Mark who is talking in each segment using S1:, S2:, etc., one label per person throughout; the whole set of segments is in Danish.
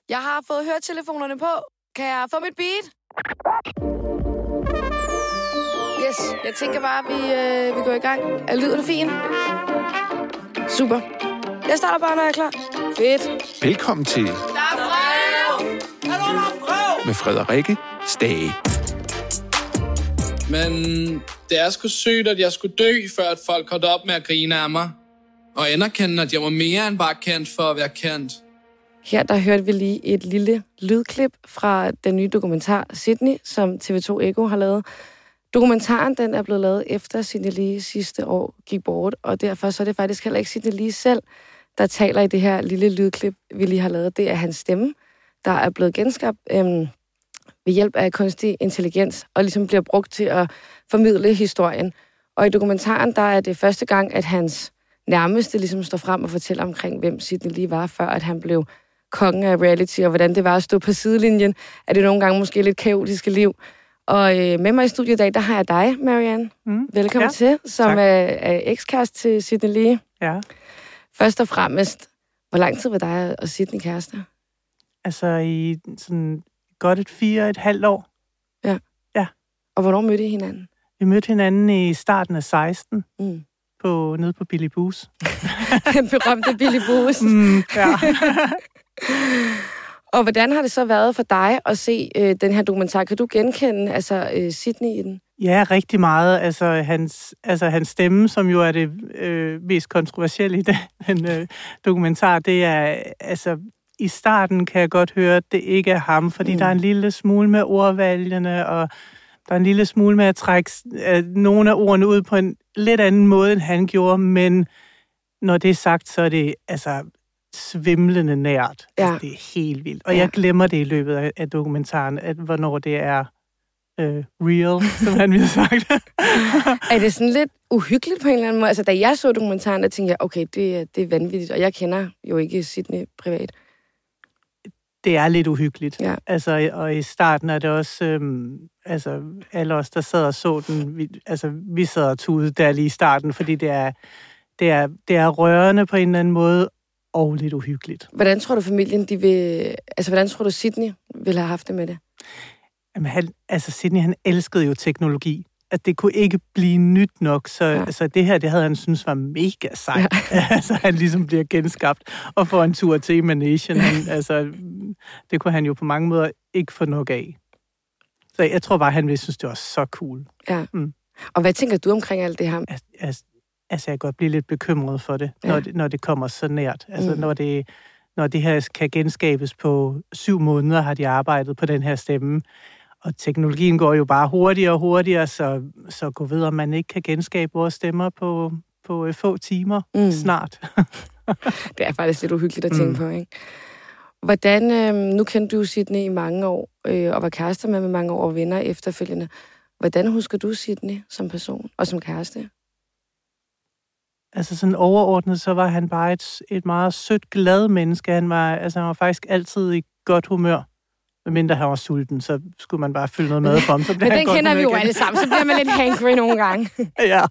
S1: Jeg har fået høretelefonerne på. Kan jeg få mit beat? Yes, jeg tænker bare, at vi går i gang. Er lyden fin? Super. Jeg starter bare, når jeg er klar. Fedt.
S2: Velkommen til...
S1: Der er brev!
S2: Med Frederikke Stage.
S3: Men det er sgu sødt, at jeg skulle dø, før at folk holdt op med at grine af mig. Og anerkende, at jeg var mere end bare kendt for at være kendt.
S1: Her der hørte vi lige et lille lydklip fra den nye dokumentar Sydney, som TV2 Echo har lavet. Dokumentaren den er blevet lavet efter Sydney Lee sidste år gik bort, og derfor så er det faktisk heller ikke Sydney Lee selv, der taler i det her lille lydklip, vi lige har lavet. Det er hans stemme, der er blevet genskabt ved hjælp af kunstig intelligens, og ligesom bliver brugt til at formidle historien. Og i dokumentaren, der er det første gang, at hans nærmeste ligesom står frem og fortæller omkring, hvem Sydney Lee var, før at han blev kongen af reality, og hvordan det var at stå på sidelinjen af det nogle gange måske lidt kaotiske liv. Og med mig i studiet i dag, der har jeg dig, Marianne. Velkommen til, som er ekskæreste til Sydney Lee.
S4: Ja.
S1: Først og fremmest, hvor lang tid var dig og Sydney kærester?
S4: Altså i sådan godt 4,5 år.
S1: Ja.
S4: Ja.
S1: Og hvornår mødte I hinanden?
S4: Vi mødte hinanden i starten af 16, nede på Billy Boos.
S1: Den berømte Billy Boos.
S4: Ja.
S1: Og hvordan har det så været for dig at se den her dokumentar? Kan du genkende Sydney i den?
S4: Ja, rigtig meget. Hans stemme, som jo er det mest kontroversielle i den dokumentar, det er, i starten kan jeg godt høre, at det ikke er ham, fordi der er en lille smule med ordvalgene, og der er en lille smule med at trække nogle af ordene ud på en lidt anden måde, end han gjorde, men når det er sagt, så er det svimlende nært.
S1: Ja.
S4: Altså, det er helt vildt. Og jeg glemmer det i løbet af dokumentaren, hvornår det er real, som han ville have sagt.
S1: Er det sådan lidt uhyggeligt på en eller anden måde? Altså, da jeg så dokumentaren, der tænkte jeg, okay, det er vanvittigt, og jeg kender jo ikke Sydney privat.
S4: Det er lidt uhyggeligt.
S1: Ja.
S4: Og i starten er det også, alle os, der sad og så den, vi sad og tudede der lige i starten, fordi det er rørende på en eller anden måde, og lidt uhyggeligt.
S1: Hvordan tror du familien, hvordan tror du Sydney ville have haft det med det?
S4: Jamen, Sydney, han elskede jo teknologi. At det kunne ikke blive nyt nok, så det her, det havde han synes var mega sejt. Ja. Han ligesom bliver genskabt og får en tur til Emanation. Det kunne han jo på mange måder ikke få nok af. Så jeg tror bare, han ville synes, det var så cool.
S1: Ja. Og hvad tænker du omkring alt det her?
S4: Jeg kan godt blive lidt bekymret for det, når det kommer så nært. Når det her kan genskabes på 7 måneder, har de arbejdet på den her stemme. Og teknologien går jo bare hurtigere og hurtigere, så gå videre, man ikke kan genskabe vores stemmer på få timer snart.
S1: Det er faktisk lidt uhyggeligt at tænke på, ikke? Hvordan, nu kendte du Sydney i mange år, og var kærester med mange år og venner efterfølgende. Hvordan husker du Sydney som person og som kæreste?
S4: Sådan overordnet, så var han bare et meget sødt, glad menneske. Han var faktisk altid i godt humør. Medmindre han var sulten, så skulle man bare fylde noget mad for ham.
S1: Men den kender vi jo alle sammen, så bliver man lidt hangry nogle gange.
S4: Ja.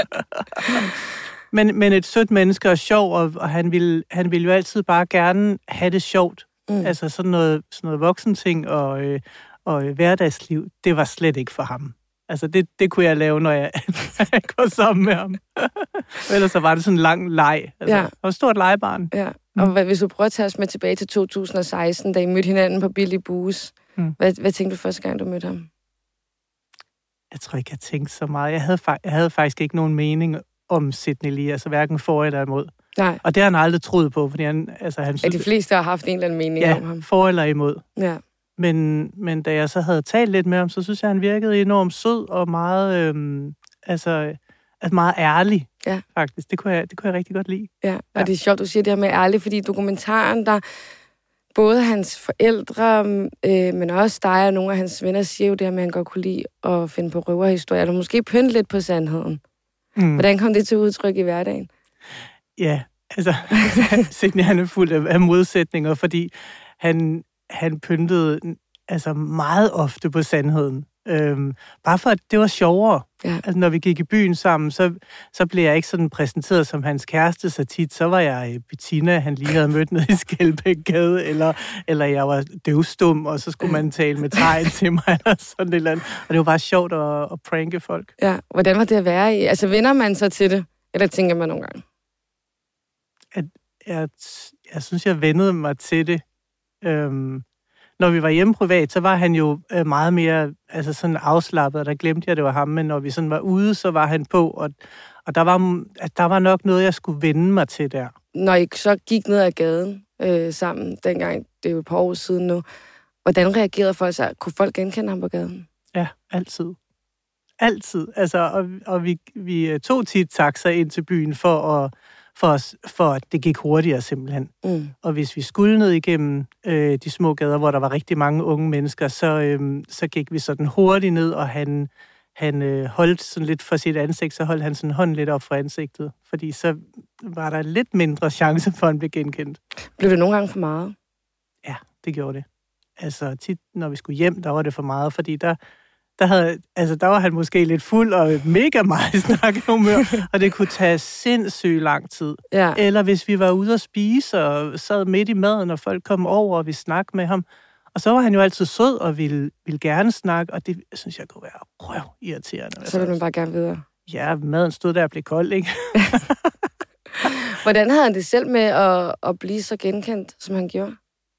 S4: Men et sødt menneske og sjov, og han ville jo altid bare gerne have det sjovt. Sådan noget voksenting og hverdagsliv, det var slet ikke for ham. Det kunne jeg lave, når jeg går sammen med ham. Ellers så var det sådan en lang leg. Og et stort legebarn.
S1: Ja. Og hvis du prøver at tage os med tilbage til 2016, da I mødte hinanden på Billy Boos. Hvad tænkte du første gang, du mødte ham?
S4: Jeg tror ikke, jeg tænkte så meget. Jeg havde faktisk ikke nogen mening om Sydney Lee, hverken for eller imod.
S1: Nej.
S4: Og det har han aldrig troet på, fordi han synes...
S1: De fleste har haft en eller anden mening om ham.
S4: For eller imod.
S1: Ja.
S4: Men da jeg så havde talt lidt med ham, så synes jeg, han virkede enormt sød og meget, meget ærlig, faktisk. Det kunne jeg rigtig godt lide.
S1: Ja, og det er sjovt, du siger det her med ærlig, fordi dokumentaren, der både hans forældre, men også dig og nogle af hans venner, siger jo det her med, at han godt kunne lide at finde på røverhistorier, eller måske pynte lidt på sandheden. Hvordan kom det til udtryk i hverdagen?
S4: Ja, Sydney, han er fuld af modsætninger, fordi han pyntede meget ofte på sandheden. Bare for, at det var sjovere.
S1: Ja.
S4: Altså, når vi gik i byen sammen, så blev jeg ikke sådan præsenteret som hans kæreste så tit. Så var jeg Bettina, han lige havde mødt nede i Skelbækgade, eller jeg var døvstum, og så skulle man tale med tegn til mig, eller sådan et eller andet. Og det var bare sjovt at pranke folk.
S1: Ja, hvordan var det at være i? Altså, vender man så til det? Eller tænker man nogle gange?
S4: Jeg synes, jeg vendede mig til det. Når vi var hjemme privat, så var han jo meget mere sådan afslappet, og der glemte jeg, at det var ham. Men når vi sådan var ude, så var han på, og der var nok noget, jeg skulle vende mig til der.
S1: Når I så gik ned ad gaden sammen dengang, det er jo et par år siden nu, hvordan reagerede folk så? Kunne folk genkende ham på gaden?
S4: Ja, altid. Altid. Altså, og vi tog tit taxa ind til byen for at det gik hurtigere simpelthen. Og hvis vi skulle ned igennem de små gader, hvor der var rigtig mange unge mennesker, så gik vi sådan hurtigt ned, og han holdt sådan lidt for sit ansigt, så holdt han sådan hånden lidt op for ansigtet, fordi så var der lidt mindre chance for, at han blev genkendt.
S1: Blev det nogle gange for meget?
S4: Ja, det gjorde det. Altså tit, når vi skulle hjem, der var det for meget, fordi der var han måske lidt fuld og mega meget snakkehumør, og det kunne tage sindssygt lang tid.
S1: Ja.
S4: Eller hvis vi var ude at spise og sad midt i maden, og folk kom over, og vi snakkede med ham. Og så var han jo altid sød og ville gerne snakke, og det synes jeg kunne være røvirriterende.
S1: Så ville man bare gerne videre.
S4: Ja, maden stod der og blev kold, ikke?
S1: Hvordan havde han det selv med at blive så genkendt, som han gjorde?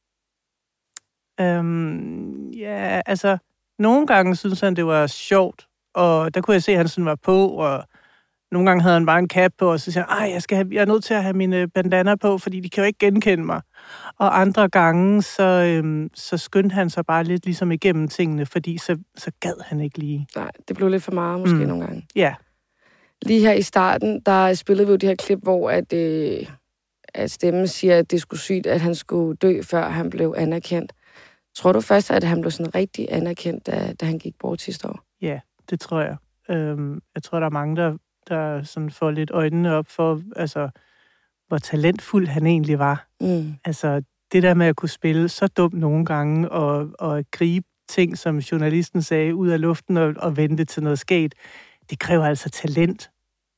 S4: Ja, altså... Nogle gange synes han, det var sjovt, og der kunne jeg se, at han sådan var på, og nogle gange havde han bare en cap på, og så siger han, jeg er nødt til at have mine bandaner på, fordi de kan jo ikke genkende mig. Og andre gange, så skyndte han sig bare lidt ligesom igennem tingene, fordi så gad han ikke lige.
S1: Nej, det blev lidt for meget måske nogle gange.
S4: Ja.
S1: Lige her i starten, der spillede vi jo det her klip, hvor at stemmen siger, at det skulle sygt, at han skulle dø, før han blev anerkendt. Tror du først, at han blev sådan rigtig anerkendt, da han gik bort sidste år?
S4: Ja, det tror jeg. Jeg tror, der er mange, der sådan får lidt øjnene op for, altså, hvor talentfuld han egentlig var. Altså, det der med at kunne spille så dumt nogle gange, og gribe ting, som journalisten sagde, ud af luften og vente til noget sket, det kræver altså talent.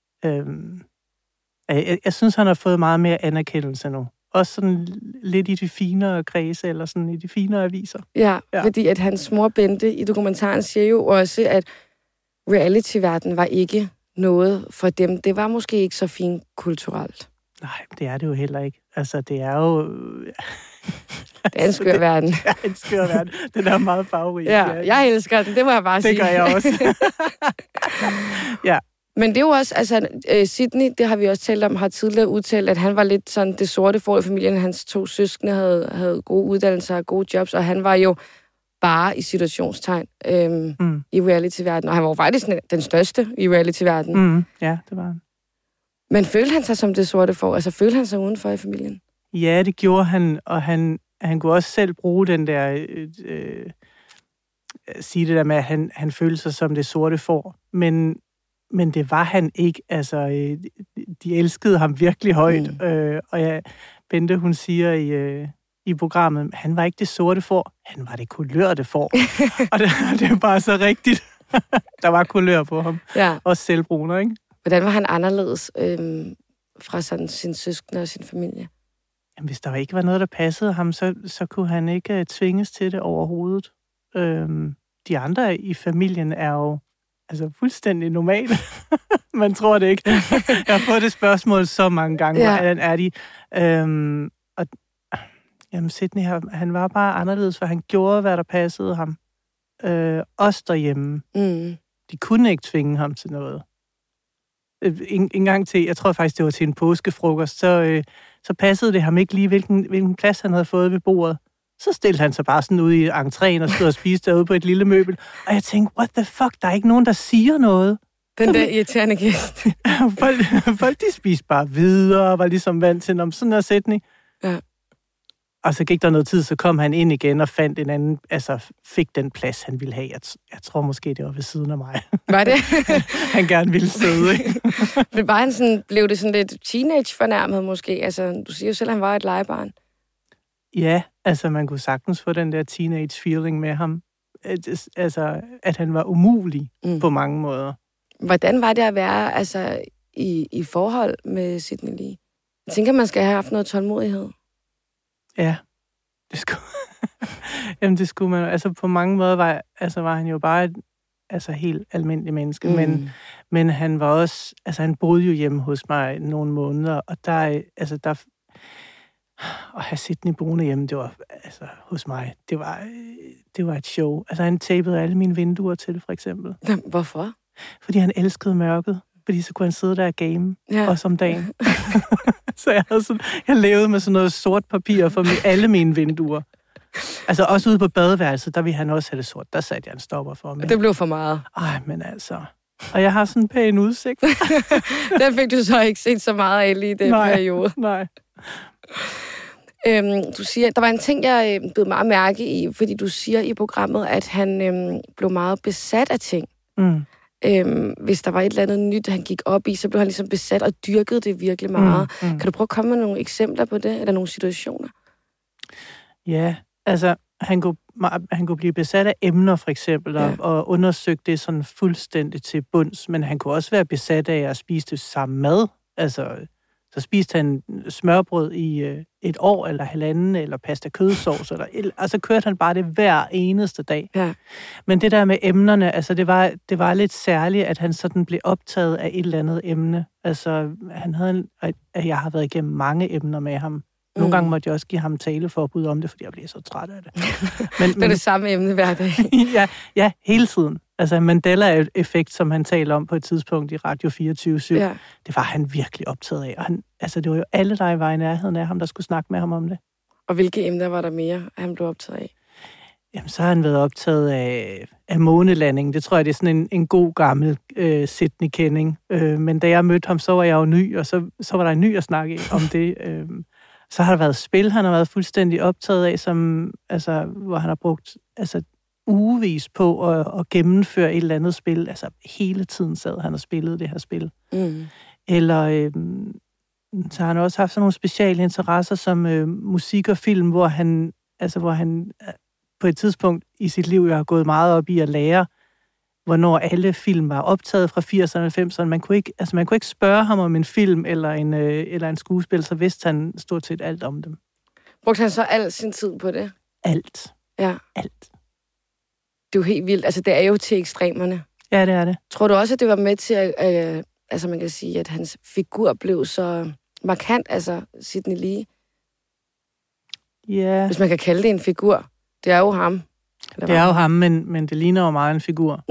S4: Jeg synes, han har fået meget mere anerkendelse nu. Også sådan lidt i de finere kredse, eller sådan i de finere aviser. Ja,
S1: fordi at hans mor Bente i dokumentaren siger jo også, at reality-verdenen var ikke noget for dem. Det var måske ikke så fint kulturelt.
S4: Nej, det er det jo heller ikke. Altså, det er jo...
S1: Det er en skør verden.
S4: Det er en skør verden. Den er meget farverig.
S1: Ja, jeg elsker den. Det må jeg bare sige.
S4: Det gør jeg også. Ja.
S1: Men det er jo også, altså Sydney, det har vi også talt om, har tidligere udtalt, at han var lidt sådan det sorte får i familien. Hans 2 søskende havde gode uddannelser og gode jobs, og han var jo bare i situationstegn i reality-verdenen. Og han var jo faktisk den største i reality-verdenen.
S4: Ja, det var han.
S1: Men følte han sig som det sorte får? Altså følte han sig udenfor i familien?
S4: Ja, det gjorde han, og han kunne også selv bruge den der... sige det der med, at han følte sig som det sorte får. Men det var han ikke. Altså, de elskede ham virkelig højt. Og Bente, hun siger i programmet, han var ikke det sorte får, han var det kulørte får. Og det er bare så rigtigt. Der var kulør på ham. Ja. Også selvbruner, ikke?
S1: Hvordan var han anderledes fra sådan sin søskende og sin familie?
S4: Jamen, hvis der ikke var noget, der passede ham, så kunne han ikke tvinges til det overhovedet. De andre i familien er jo altså fuldstændig normale. Man tror det ikke. Jeg har fået det spørgsmål så mange gange. Ja. Hvordan er de? Og jamen, Sydney, han var bare anderledes, for han gjorde, hvad der passede ham. Også derhjemme. De kunne ikke tvinge ham til noget. En gang til, jeg tror faktisk, det var til en påskefrokost, så passede det ham ikke lige, hvilken plads han havde fået ved bordet. Så stillede han sig bare sådan ude i entréen og stod og spiste derude på et lille møbel. Og jeg tænkte, what the fuck, der er ikke nogen, der siger noget.
S1: Den der irriterende gæst.
S4: folk, de spiste bare videre og var ligesom vant til om sådan en sætning. Ja. Og så gik der noget tid, så kom han ind igen og fandt en anden, altså fik den plads, han ville have. Jeg tror måske, det var ved siden af mig.
S1: Var det?
S4: Han gerne ville sidde, ikke?
S1: Men var han sådan, blev det sådan lidt teenage-fornærmet måske? Altså, du siger jo selv, at han var et legebarn.
S4: Ja, altså man kunne sagtens få den der teenage-feeling med ham. at han var umulig på mange måder.
S1: Hvordan var det at være altså, i forhold med Sidney Lee? Jeg tænker, man skal have haft noget tålmodighed.
S4: Ja, det skulle, jamen, det skulle man. Altså på mange måder var han jo bare et helt almindelig menneske, men han var også, altså han boede jo hjemme hos mig nogle måneder, og der at have Sidney boende hjemme, det var altså hos mig, det var et show. Altså han tapede alle mine vinduer til, for eksempel.
S1: Hvorfor?
S4: Fordi han elskede mørket. Fordi så kunne han sidde der og game, også om dagen. Så jeg levede med sådan noget sort papir for alle mine vinduer. Altså også ude på badeværelset, der ville han også have det sort. Der satte jeg en stopper for mig.
S1: Det blev for meget.
S4: Ej, men altså. Og jeg har sådan en pæn udsigt.
S1: Den fik du så ikke set så meget af lige i den periode.
S4: Nej.
S1: Du siger, der var en ting, jeg blev meget mærke i, fordi du siger i programmet, at han blev meget besat af ting. Hvis der var et eller andet nyt, han gik op i, så blev han ligesom besat og dyrkede det virkelig meget. Kan du prøve at komme med nogle eksempler på det, eller nogle situationer?
S4: Ja, altså han kunne blive besat af emner, for eksempel, og undersøge det sådan fuldstændig til bunds, men han kunne også være besat af at spise det samme mad. Altså, så spiste han smørbrød i et år, eller halvanden, eller pasta kødsovs, altså kørte han bare det hver eneste dag. Ja. Men det der med emnerne, altså det var lidt særligt, at han sådan blev optaget af et eller andet emne. Altså, jeg har været igennem mange emner med ham. Nogle gange måtte jeg også give ham taleforbud om det, fordi jeg blev så træt af det.
S1: Det er det samme emne hver dag.
S4: ja, hele tiden. Altså Mandela-effekt, som han taler om på et tidspunkt i Radio 24/7, det var han virkelig optaget af. Og det var jo alle, der var i nærheden af ham, der skulle snakke med ham om det.
S1: Og hvilke emner var der mere, han blev optaget af?
S4: Jamen, så har han været optaget af månelanding. Det tror jeg, det er sådan en god gammel Sidney-kending. Men da jeg mødte ham, så var jeg jo ny, og så var der en ny at snakke om det. Så har der været spil, han har været fuldstændig optaget af, hvor han har brugt ugevis på at gennemføre et eller andet spil. Altså hele tiden sad han og spillede det her spil. Eller så har han også haft sådan nogle speciale interesser som musik og film, hvor han på et tidspunkt i sit liv har gået meget op i at lære, hvornår alle film var optaget fra 80'erne og 90'erne. Man kunne ikke spørge ham om en film eller en skuespil, så vidste han stort set alt om dem.
S1: Brugte han så al sin tid på det?
S4: Alt.
S1: Ja.
S4: Alt.
S1: Det er jo helt vildt. Altså, det er jo til ekstremerne.
S4: Ja, det er det.
S1: Tror du også, at det var med til, at man kan sige, at hans figur blev så markant, altså Sidney Lee?
S4: Ja.
S1: Hvis man kan kalde det en figur. Det er jo ham.
S4: Det er jo ham, men det ligner jo meget en figur.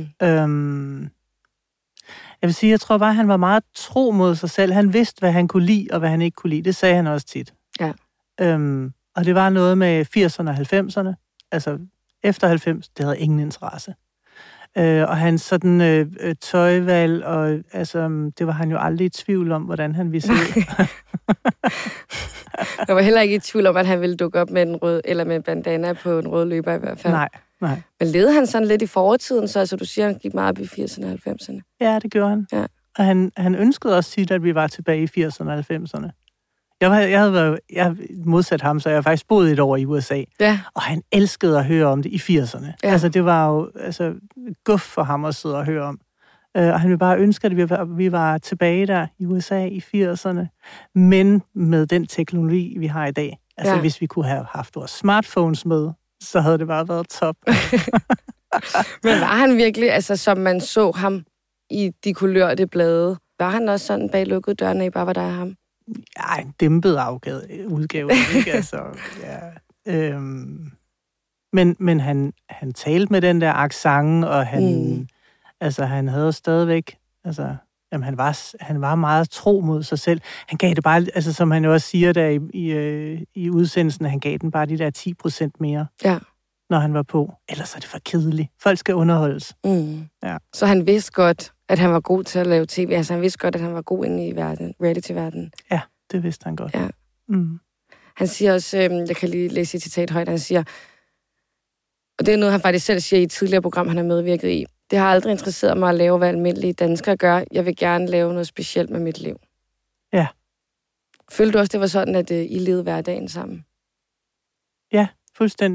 S4: Jeg vil sige, jeg tror bare, at han var meget tro mod sig selv. Han vidste, hvad han kunne lide, og hvad han ikke kunne lide. Det sagde han også tit.
S1: Ja.
S4: Og det var noget med 80'erne og 90'erne. Altså, efter 90, det havde ingen interesse. Og hans sådan tøjvalg, og det var han jo aldrig i tvivl om, hvordan han ville se ud.
S1: Jeg var heller ikke i tvivl om, at han ville dukke op med en rød, eller med en bandana på en rød løber i hvert fald.
S4: Nej.
S1: Men levede han sådan lidt i fortiden, så altså, du siger, han gik meget op i 80'erne og 90'erne?
S4: Ja, det gjorde han. Ja. Og han ønskede også tit, at vi var tilbage i 80'erne og 90'erne. Jeg modsat ham, så jeg har faktisk boet et år i USA. Ja. Og han elskede at høre om det i 80'erne. Ja. Altså, det var jo guf for ham at sidde og høre om. Og han ville bare ønske, at vi var tilbage der i USA i 80'erne. Men med den teknologi, vi har i dag. Altså, hvis vi kunne have haft vores smartphones med, så havde det bare været top.
S1: Men var han virkelig, altså som man så ham i de kulørte blade, var han også sådan bag lukkede dørene, bare var der af ham?
S4: Ja, en dæmpet udgave, ikke? Altså, ja. Men han talte med den der accent, og han havde stadigvæk, han var meget tro mod sig selv. Han gav det bare, altså som han jo også siger der i udsendelsen, han gav den bare de der 10% mere, når han var på. Ellers er det for kedeligt. Folk skal underholdes. Ja.
S1: Så han vidste godt, at han var god til at lave tv. Altså han vidste godt, at han var god inde i reality-verdenen.
S4: Ja, det vidste han godt.
S1: Ja. Han siger også, jeg kan lige læse et citat højt, han siger, og det er noget, han faktisk selv siger i et tidligere program, han har medvirket i. Det har aldrig interesseret mig at lave, hvad almindelige danskere gør. Jeg vil gerne lave noget specielt med mit liv.
S4: Ja.
S1: Følte du også, det var sådan, at I levede hverdagen sammen?
S4: Ja, fuldstændig.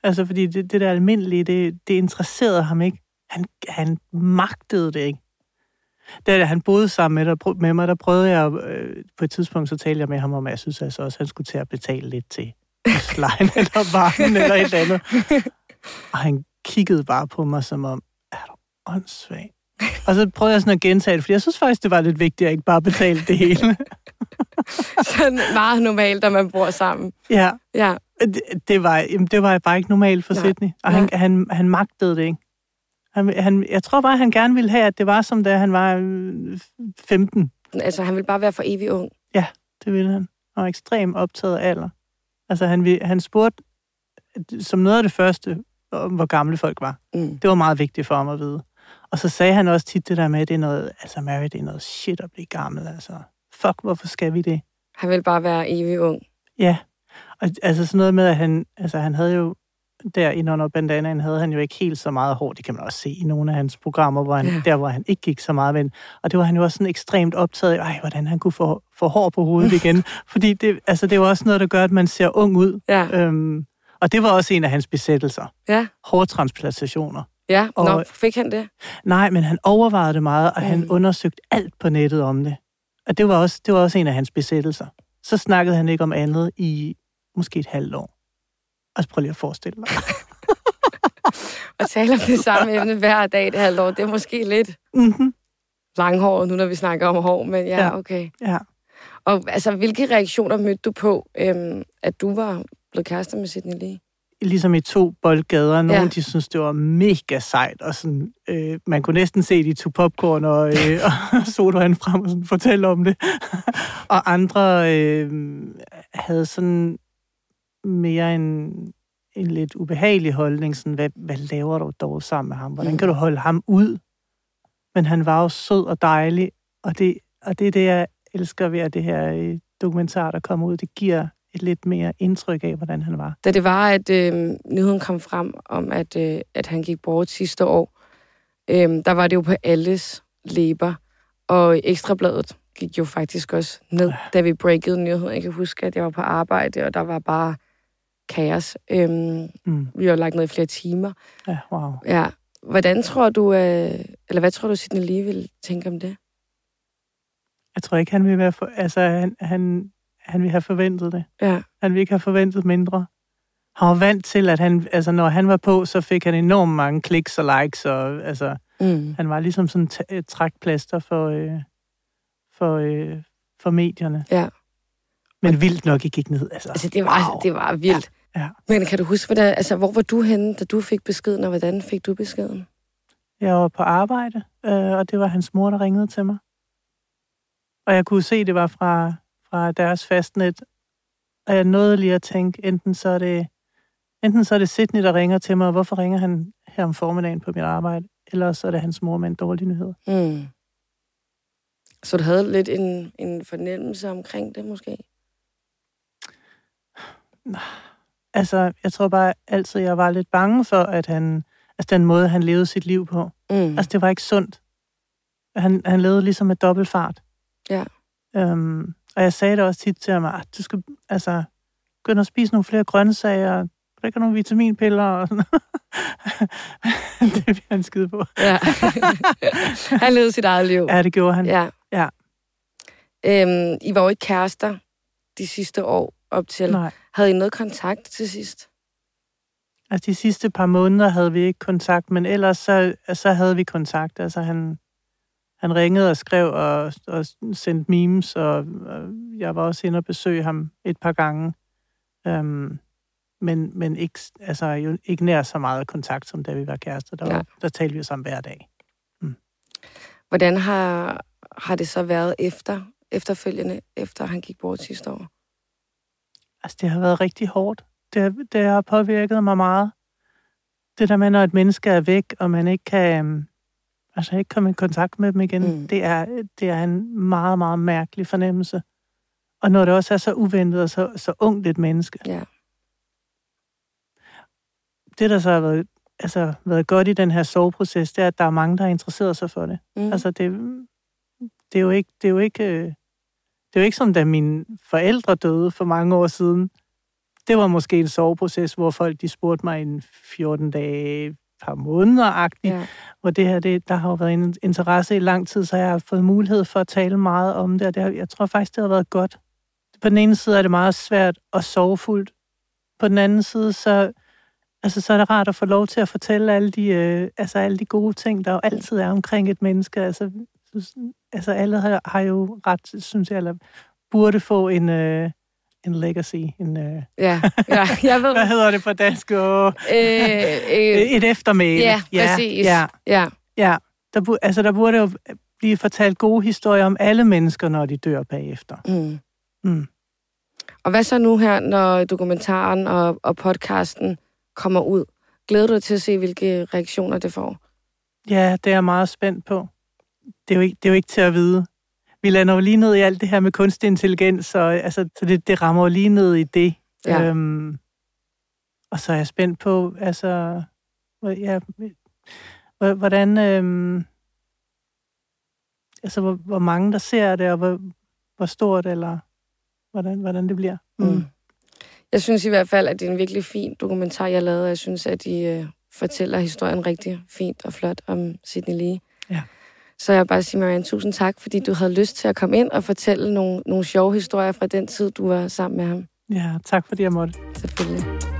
S4: Altså, fordi det der almindelige, det interesserede ham ikke. Han magtede det ikke. Da han boede sammen med mig, der prøvede jeg, på et tidspunkt, så talte jeg med ham om, at jeg synes altså også, at han skulle til at betale lidt til huslejen eller varmen eller et eller andet. Og han kiggede bare på mig som om, er du åndssvag? Og så prøvede jeg sådan at gentage det, fordi jeg synes faktisk, det var lidt vigtigt, at jeg ikke bare betalte det hele.
S1: Sådan meget normalt, når man bor sammen.
S4: Ja.
S1: Ja.
S4: Det var bare ikke normalt for Sydney. Og han magtede det ikke. Jeg tror bare, han gerne ville have, at det var som da han var 15.
S1: Altså, han ville bare være for evig ung.
S4: Ja, det ville han. Han var ekstremt optaget af alder. Altså, han spurgte som noget af det første, om hvor gamle folk var. Mm. Det var meget vigtigt for ham at vide. Og så sagde han også tit det der med, at det er noget, altså Mary, det er noget shit at blive gammel, altså. Fuck, hvorfor skal vi det?
S1: Han ville bare være evig ung.
S4: Ja, og altså sådan noget med, at han havde jo, der i Under Bandanaen havde han jo ikke helt så meget hår. Det kan man også se i nogle af hans programmer, hvor han ikke gik så meget med. Og det var han jo også sådan ekstremt optaget af, hvordan han kunne få hår på hovedet igen. Fordi det er jo også noget, der gør, at man ser ung ud.
S1: Ja.
S4: Og det var også en af hans besættelser.
S1: Ja.
S4: Hårtransplantationer.
S1: Ja, fik han det?
S4: Nej, men han overvejede det meget, og han undersøgte alt på nettet om det. Og det var også en af hans besættelser. Så snakkede han ikke om andet i måske et halvt år. Og så prøv lige at forestille dig.
S1: Og tale om det samme emne hver dag et halvt år, det er måske lidt langhåret nu, når vi snakker om hår, men ja, okay.
S4: Ja.
S1: Og altså, hvilke reaktioner mødte du på, at du var blevet kærester med Sydney Lee?
S4: Ligesom i 2 boldgader. Nogle, de synes det var mega sejt, og sådan, man kunne næsten se, de tog popcorn og sodavand frem og sådan, fortælle om det. Og andre havde sådan mere en lidt ubehagelig holdning, sådan, hvad laver du dog sammen med ham? Hvordan kan du holde ham ud? Men han var jo sød og dejlig, og det er det, jeg elsker ved det her dokumentar, der kommer ud. Det giver et lidt mere indtryk af, hvordan han var.
S1: Da det var, at nyheden kom frem om, at han gik bort sidste år, der var det jo på alles læber, og Ekstrabladet gik jo faktisk også ned, da vi breakede nyheden. Jeg kan huske, at jeg var på arbejde, og der var bare kaos. Vi har lagt ned i flere timer.
S4: Ja, wow.
S1: Ja. Hvad tror du, Sydney Lee ville tænke om det?
S4: Jeg tror ikke, han vil være han ville have forventet det.
S1: Ja.
S4: Han ville ikke have forventet mindre. Han var vant til, at når han var på, så fik han enormt mange kliks og likes, og han var ligesom sådan et trækplaster for medierne.
S1: Ja.
S4: Men vildt nok, I gik ned.
S1: Altså det var vildt.
S4: Ja.
S1: Men kan du huske, hvor var du henne, da du fik beskeden, og hvordan fik du beskeden?
S4: Jeg var på arbejde, og det var hans mor, der ringede til mig. Og jeg kunne se, at det var fra deres fastnet. Og jeg nåede lige at tænke, enten så er det Sydney, der ringer til mig, og hvorfor ringer han her om formiddagen på mit arbejde? Eller så er det hans mor med en dårlig nyhed.
S1: Mm. Så du havde lidt en fornemmelse omkring det, måske?
S4: Altså, jeg tror bare altid, jeg var lidt bange for, at den måde, han levede sit liv på. Altså, det var ikke sundt. Han levede ligesom med dobbeltfart.
S1: Ja.
S4: Og jeg sagde det også tit til ham, at du skal begynde at spise nogle flere grøntsager, drikke nogle vitaminpiller og sådan. Det vil han skide på.
S1: Ja. Han levede sit eget liv.
S4: Ja, det gjorde han.
S1: Ja. I var jo ikke kærester de sidste år op til.
S4: Nej.
S1: Havde I noget kontakt til sidst?
S4: Altså, de sidste par måneder havde vi ikke kontakt, men ellers så havde vi kontakt. Altså, han ringede og skrev og sendte memes, og jeg var også inde og besøge ham et par gange. Men ikke, jo ikke nær så meget kontakt, som da vi var kærester. Der talte vi jo sammen hver dag.
S1: Hvordan har det så været efterfølgende, efter han gik bort sidste år?
S4: Altså, det har været rigtig hårdt. Det har påvirket mig meget. Det der med, når et menneske er væk, og man ikke kan ikke komme i kontakt med dem igen, det er en meget, meget mærkelig fornemmelse. Og når det også er så uventet og så ungt et menneske.
S1: Ja.
S4: Det, der så har været godt i den her sorgproces, det er, at der er mange, der har interesseret sig for det. Altså, det er jo ikke som da mine forældre døde for mange år siden. det var måske en soveproces, hvor folk de spurgte mig en 14 dage, par måneder-agtigt. Ja. Og det her, der har jo været en interesse i lang tid, så jeg har fået mulighed for at tale meget om det, og jeg tror faktisk, det har været godt. På den ene side er det meget svært og sorgfuldt. På den anden side, så er det rart at få lov til at fortælle alle de gode ting, der jo altid er omkring et menneske. Altså alle har jo ret, synes jeg, eller burde få en legacy.
S1: Ja, jeg ved.
S4: Hvad hedder det på dansk? Et eftermæle.
S1: Ja, præcis.
S4: Ja. Der burde jo blive fortalt gode historier om alle mennesker, når de dør bagefter. Mm.
S1: Og hvad så nu her, når dokumentaren og podcasten kommer ud? Glæder du dig til at se, hvilke reaktioner det får? Ja, det er jeg meget spændt på. Det er jo ikke til at vide. Vi lander jo lige ned i alt det her med kunstig intelligens, så det rammer jo lige ned i det. Ja. Og så er jeg spændt på, hvordan, hvor mange der ser det, og hvor stort, eller hvordan det bliver. Mm. Jeg synes i hvert fald, at det er en virkelig fin dokumentar, jeg lavede. Jeg synes, at de fortæller historien rigtig fint og flot om Sydney Lee. Ja. Så jeg vil bare sige, Marianne, tusind tak, fordi du havde lyst til at komme ind og fortælle nogle sjove historier fra den tid, du var sammen med ham. Ja, tak fordi jeg måtte. Selvfølgelig.